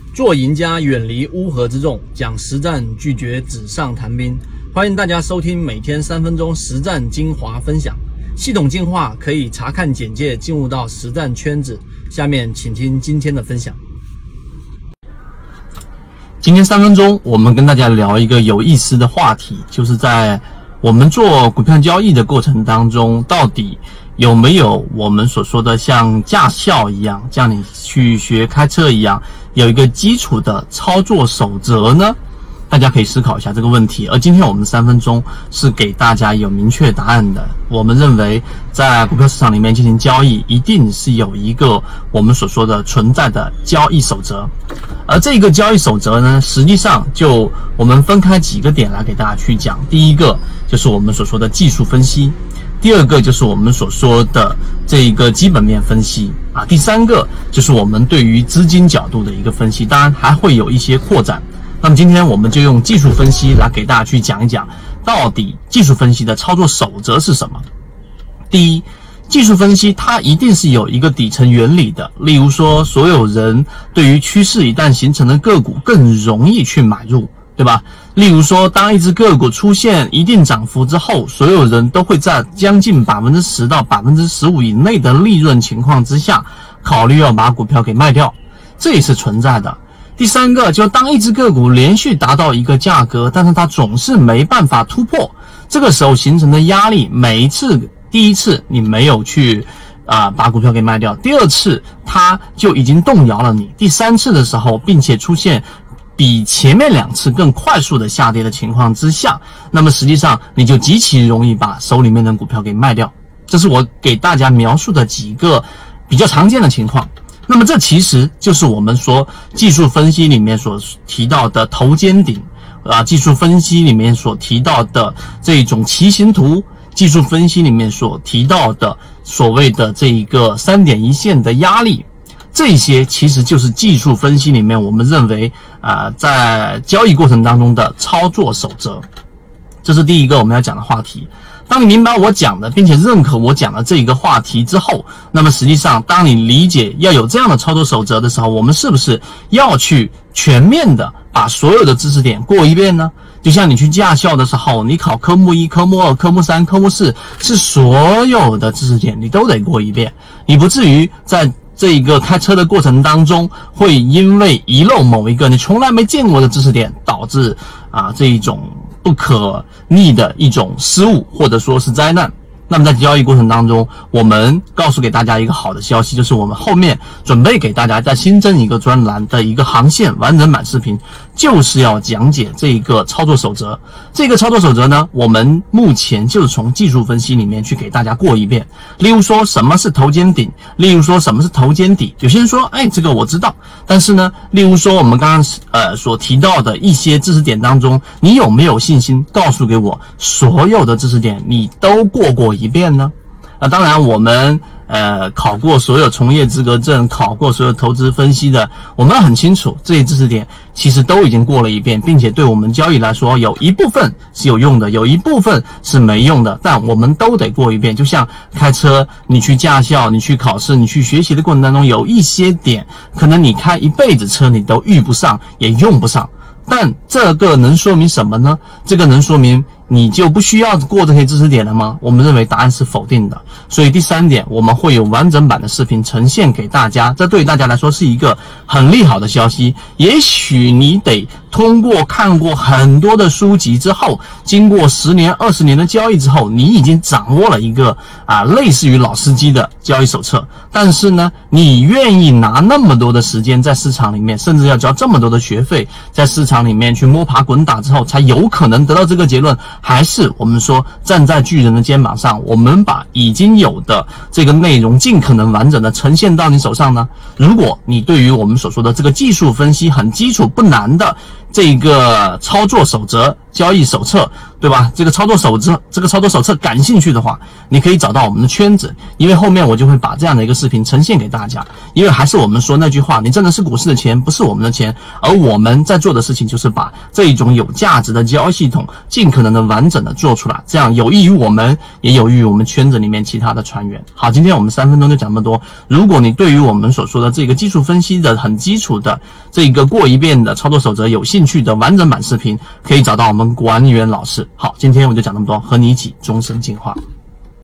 做赢家，远离乌合之众，讲实战，拒绝纸上谈兵。欢迎大家收听每天3分钟实战精华分享，系统进化可以查看简介进入到实战圈子。下面请听今天的分享。 今天3分钟，我们跟大家聊一个有意思的话题，就是在我们做股票交易的过程当中，到底有没有我们所说的像驾校一样，像你去学开车一样，有一个基础的操作守则呢？大家可以思考一下这个问题。而今天我们3分钟是给大家有明确答案的。我们认为在股票市场里面进行交易，一定是有一个我们所说的存在的交易守则。而这个交易守则呢，实际上就我们分开几个点来给大家去讲。第一个就是我们所说的技术分析，第二个就是我们所说的这一个基本面分析啊，第三个就是我们对于资金角度的一个分析，当然还会有一些扩展。那么今天我们就用技术分析来给大家去讲一讲，到底技术分析的操作守则是什么。第一，技术分析它一定是有一个底层原理的，例如说所有人对于趋势一旦形成的个股更容易去买入，对吧？例如说当一只个股出现一定涨幅之后，所有人都会在将近 10% 到 15% 以内的利润情况之下，考虑要把股票给卖掉，这也是存在的。第三个，就当一只个股连续达到一个价格，但是它总是没办法突破，这个时候形成的压力，每一次第一次你没有去把股票给卖掉，第二次它就已经动摇了你，第三次的时候并且出现比前面2次更快速的下跌的情况之下，那么实际上你就极其容易把手里面的股票给卖掉。这是我给大家描述的几个比较常见的情况。那么这其实就是我们说技术分析里面所提到的头肩顶技术分析里面所提到的这种旗形图，技术分析里面所提到的所谓的这一个3点一线的压力，这些其实就是技术分析里面我们认为在交易过程当中的操作守则。这是第一个我们要讲的话题。当你明白我讲的并且认可我讲的这一个话题之后，那么实际上当你理解要有这样的操作守则的时候，我们是不是要去全面的把所有的知识点过一遍呢？就像你去驾校的时候，你考科目1、科目2、科目3、科目4，是所有的知识点你都得过一遍，你不至于在这一个开车的过程当中会因为遗漏某一个你从来没见过的知识点，导致这一种不可逆的一种失误或者说是灾难。那么在交易过程当中，我们告诉给大家一个好的消息，就是我们后面准备给大家再新增一个专栏的一个航线完整版视频，就是要讲解这一个操作守则。这个操作守则呢，我们目前就是从技术分析里面去给大家过一遍。例如说什么是头肩顶，例如说什么是头肩底。有些人说这个我知道，但是呢，例如说我们刚刚所提到的一些知识点当中，你有没有信心告诉给我所有的知识点你都过一遍呢？当然我们考过所有从业资格证，考过所有投资分析的，我们很清楚这些知识点其实都已经过了一遍，并且对我们交易来说有一部分是有用的，有一部分是没用的，但我们都得过一遍。就像开车，你去驾校，你去考试，你去学习的过程当中，有一些点可能你开一辈子车你都遇不上也用不上，但这个能说明什么呢？这个能说明你就不需要过这些知识点了吗？我们认为答案是否定的。所以第3点，我们会有完整版的视频呈现给大家，这对大家来说是一个很利好的消息。也许你得通过看过很多的书籍之后，经过10年、20年的交易之后，你已经掌握了一个类似于老司机的交易手册。但是呢，你愿意拿那么多的时间在市场里面，甚至要交这么多的学费，在市场里面去摸爬滚打之后，才有可能得到这个结论，还是我们说站在巨人的肩膀上，我们把已经有的这个内容尽可能完整的呈现到你手上呢？如果你对于我们所说的这个技术分析很基础不难的， 这个操作守则、交易手册，对吧？这个操作手册感兴趣的话，你可以找到我们的圈子，因为后面我就会把这样的一个视频呈现给大家。因为还是我们说那句话，你挣的是股市的钱，不是我们的钱，而我们在做的事情就是把这一种有价值的交易系统尽可能的完整的做出来，这样有益于我们，也有益于我们圈子里面其他的船员。好，今天我们3分钟就讲这么多。如果你对于我们所说的这个技术分析的很基础的这个过一遍的操作守则有兴趣的完整版视频，可以找到我们管理员老师。好，今天我就讲这么多，和你一起终身进化。